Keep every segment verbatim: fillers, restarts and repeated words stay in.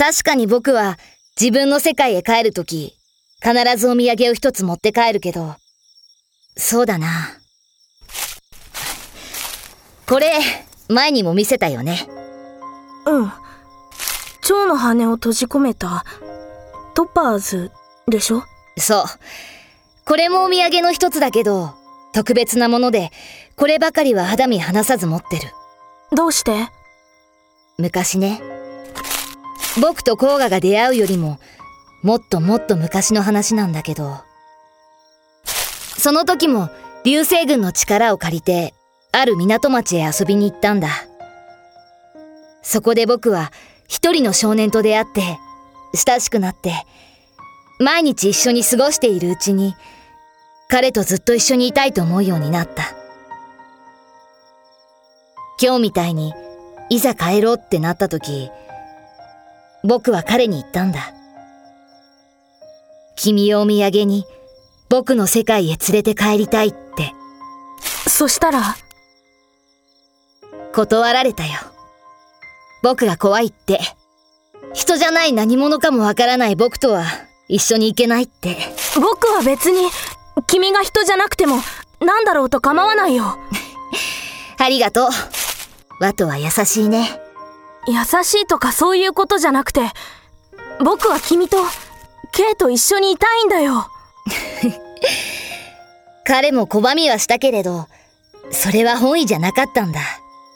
確かに僕は自分の世界へ帰るとき、必ずお土産を一つ持って帰るけど、そうだな。これ、前にも見せたよね。 うん。蝶の羽を閉じ込めたトパーズでしょ？ そう。これもお土産の一つだけど、特別なもので、こればかりは肌身離さず持ってる。 どうして？ 昔ね。僕と甲賀が出会うよりも、もっともっと昔の話なんだけど、その時も流星群の力を借りて、ある港町へ遊びに行ったんだ。そこで僕は一人の少年と出会って、親しくなって、毎日一緒に過ごしているうちに、彼とずっと一緒にいたいと思うようになった。今日みたいに、いざ帰ろうってなった時、僕は彼に言ったんだ。君をお土産に、僕の世界へ連れて帰りたいって。 そしたら？ 断られたよ。僕が怖いって。人じゃない何者かもわからない僕とは一緒に行けないって。 僕は別に君が人じゃなくても何だろうと構わないよ。 ありがとう。ワトは優しいね。 優しいとかそういうことじゃなくて、僕は君とケイと一緒にいたいんだよ。 彼も拒みはしたけれど、それは本意じゃなかったんだ。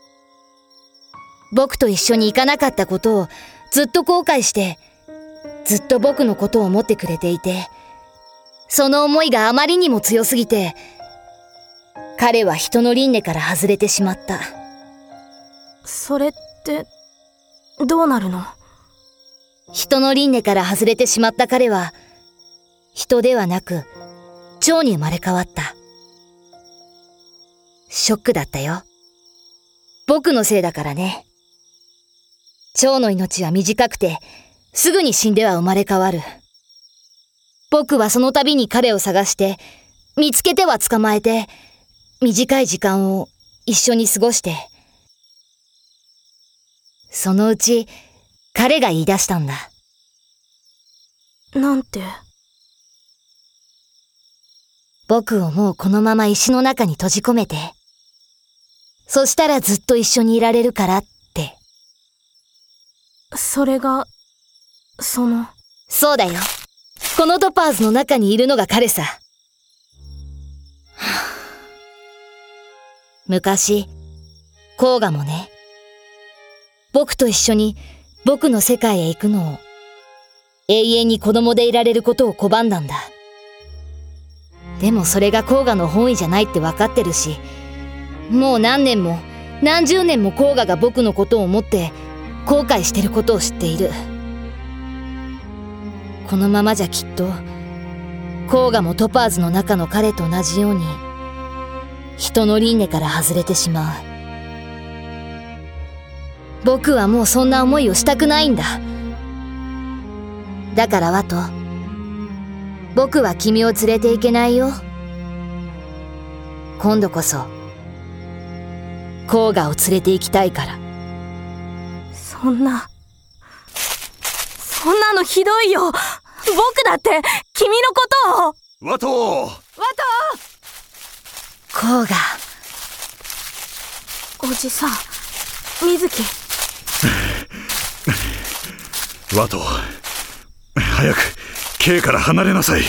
僕と一緒に行かなかったことをずっと後悔して、ずっと僕のことを思ってくれていて、その思いがあまりにも強すぎて、彼は人の輪廻から外れてしまった。 それってどうなるの？ 人の輪廻から外れてしまった彼は、人ではなく蝶に生まれ変わった。ショックだったよ。僕のせいだからね。蝶の命は短くて、すぐに死んでは生まれ変わる。僕はその度に彼を探して、見つけては捕まえて、短い時間を一緒に過ごして。そのうち、彼が言い出したんだ。 なんて？ 僕をもうこのまま石の中に閉じ込めて。そしたらずっと一緒にいられるからって。 それが、その… そうだよ。このトパーズの中にいるのが彼さ。昔、甲賀もね、僕と一緒に僕の世界へ行くのを、永遠に子供でいられることを拒んだんだ。でもそれが甲賀の本意じゃないって分かってるし、もう何年も何十年も甲賀が僕のことを思って後悔してることを知っている。このままじゃきっと甲賀もトパーズの中の彼と同じように人の輪廻から外れてしまう。僕はもうそんな思いをしたくないんだ。だからワト、僕は君を連れて行けないよ。今度こそ甲賀を連れて行きたいから。 そんなそんなのひどいよ。僕だって君のことを。 ワトワト甲賀。 おじさん、水木。 ワト、早く K から離れなさい。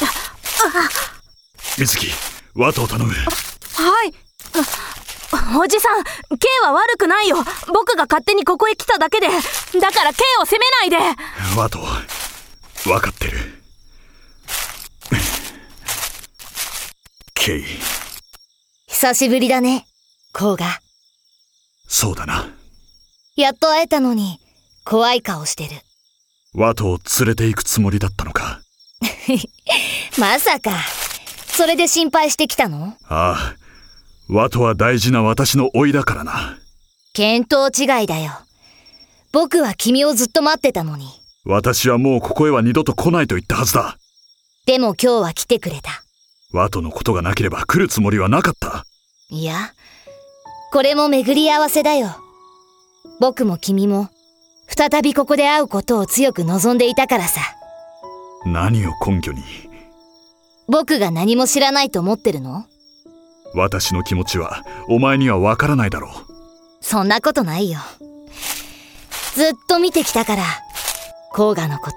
水木、ワトを頼む。 はい。おじさん、K は悪くないよ。僕が勝手にここへ来ただけで。だから K を責めないで。 ワト、分かってる。K。 久しぶりだね、甲賀。 そうだな。 やっと会えたのに怖い顔してる。 ワトを連れて行くつもりだったのか。 まさかそれで心配してきたの？ ああ、ワトは大事な私の甥だからな。 見当違いだよ。僕は君をずっと待ってたのに。 私はもうここへは二度と来ないと言ったはずだ。 でも今日は来てくれた。 ワトのことがなければ来るつもりはなかった。 いや、これも巡り合わせだよ。僕も君も再びここで会うことを強く望んでいたからさ。 何を根拠に？ 僕が何も知らないと思ってるの？ 私の気持ちはお前にはわからないだろう。 そんなことないよ。ずっと見てきたから、甲賀のこと。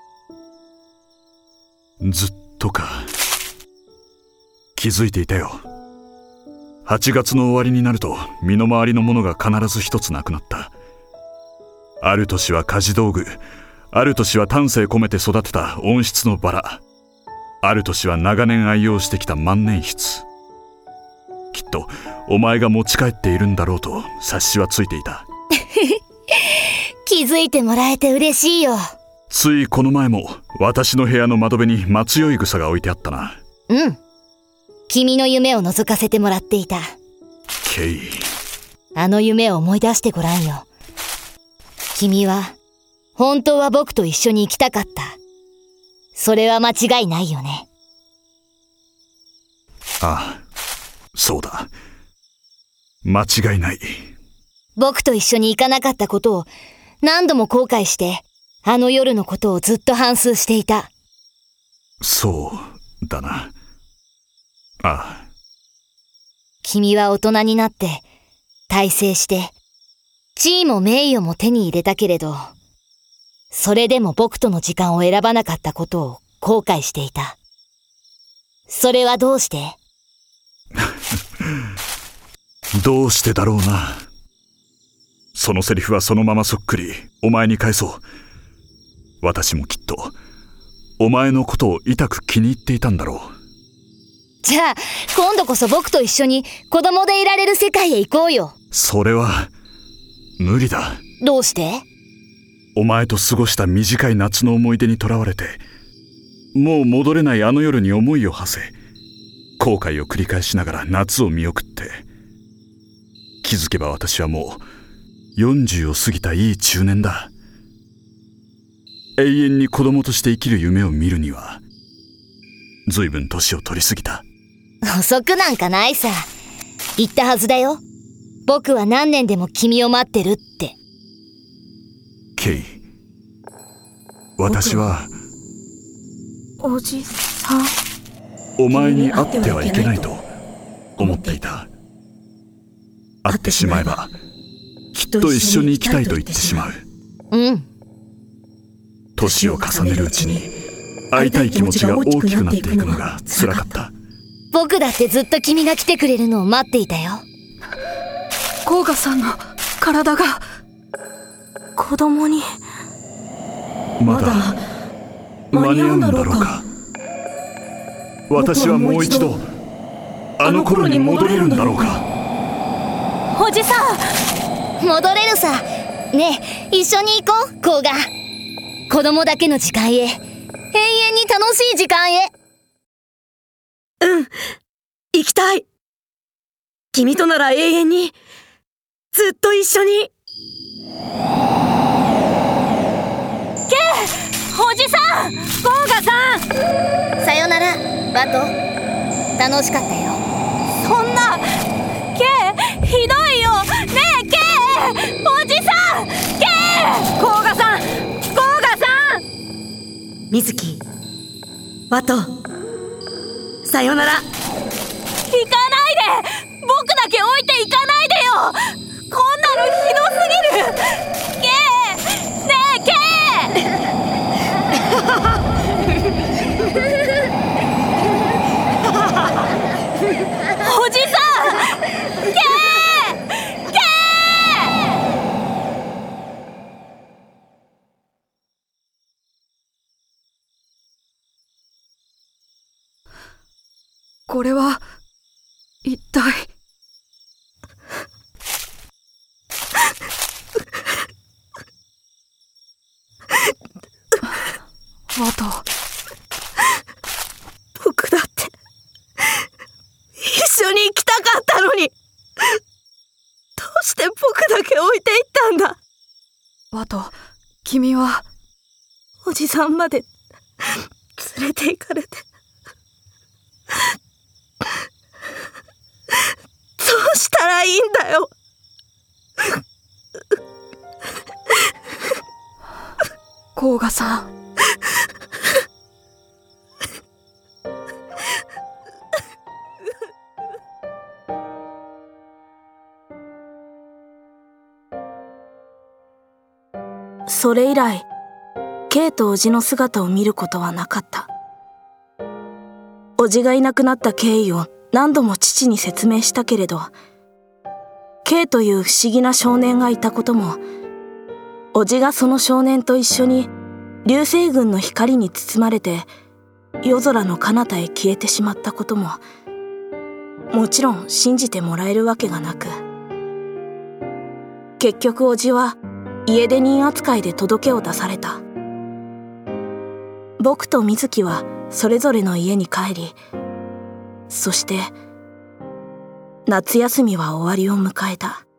ずっとか。気づいていたよ。はちがつの終わりになると身の回りのものが必ず一つなくなった。ある年は家事道具、ある年は丹精込めて育てた温室のバラ、ある年は長年愛用してきた万年筆。きっとお前が持ち帰っているんだろうと察しはついていた。 気づいてもらえて嬉しいよ。 ついこの前も私の部屋の窓辺に松酔い草が置いてあったな。 うん。君の夢を覗かせてもらっていた。 ケイ。 あの夢を思い出してごらんよ。君は本当は僕と一緒に行きたかった。それは間違いないよね。 ああ、そうだ。間違いない。 僕と一緒に行かなかったことを何度も後悔して、あの夜のことをずっと反芻していた。 そうだな。ああ。 君は大人になって、大成して、地位も名誉も手に入れたけれど、それでも僕との時間を選ばなかったことを後悔していた。それはどうして？ どうしてだろうな。そのセリフはそのままそっくりお前に返そう。私もきっとお前のことを痛く気に入っていたんだろう。 じゃあ今度こそ僕と一緒に子供でいられる世界へ行こうよ。 それは無理だ。 どうして？ お前と過ごした短い夏の思い出にとらわれて、もう戻れないあの夜に思いを馳せ、後悔を繰り返しながら夏を見送って、気づけば私はもうよんじゅうを過ぎたいい中年だ。永遠に子供として生きる夢を見るには随分年を取りすぎた。 遅くなんかないさ。言ったはずだよ。僕は何年でも君を待ってるって。 ケイ、私はおじさん、 お前に会ってはいけないと思っていた。会ってしまえばきっと一緒に行きたいと言ってしまう。 うん。 年を重ねるうちに会いたい気持ちが大きくなっていくのが辛かった。 僕だってずっと君が来てくれるのを待っていたよ。 甲賀さんの体が子供にまだ間に合うんだろうか。私はもう一度あの頃に戻れるんだろうか。 おじさん、戻れるさ。ねえ、一緒に行こう、甲賀。子供だけの時間へ、永遠に楽しい時間へ。 うん、行きたい。君となら永遠にずっと一緒に。 ケイ、おじさん、甲賀さん。 さよなら、バト。楽しかったよ。 そんな、ケイ、ひどいよ。ねえ、ケイ、おじさん、ケイ。甲賀さん、甲賀さん。 水木、バト、さよなら。 行かないで。僕だけ置いて行かないでよ。こんなのひどすぎる。ケイ、ねえ、ケイ。おじさん、ケイ、ケイ。これは一体。あと僕だって一緒に行きたかったのに、どうして僕だけ置いていったんだ。 あと君はおじさんまで連れて行かれて、どうしたらいいんだよ。 甲賀さん。 それ以来、Kと叔父の姿を見ることはなかった。叔父がいなくなった経緯を何度も父に説明したけれど、Kという不思議な少年がいたことも、叔父がその少年と一緒に流星群の光に包まれて夜空の彼方へ消えてしまったことも、もちろん信じてもらえるわけがなく、結局叔父は家出人扱いで届けを出された。僕と水木はそれぞれの家に帰り、そして夏休みは終わりを迎えた。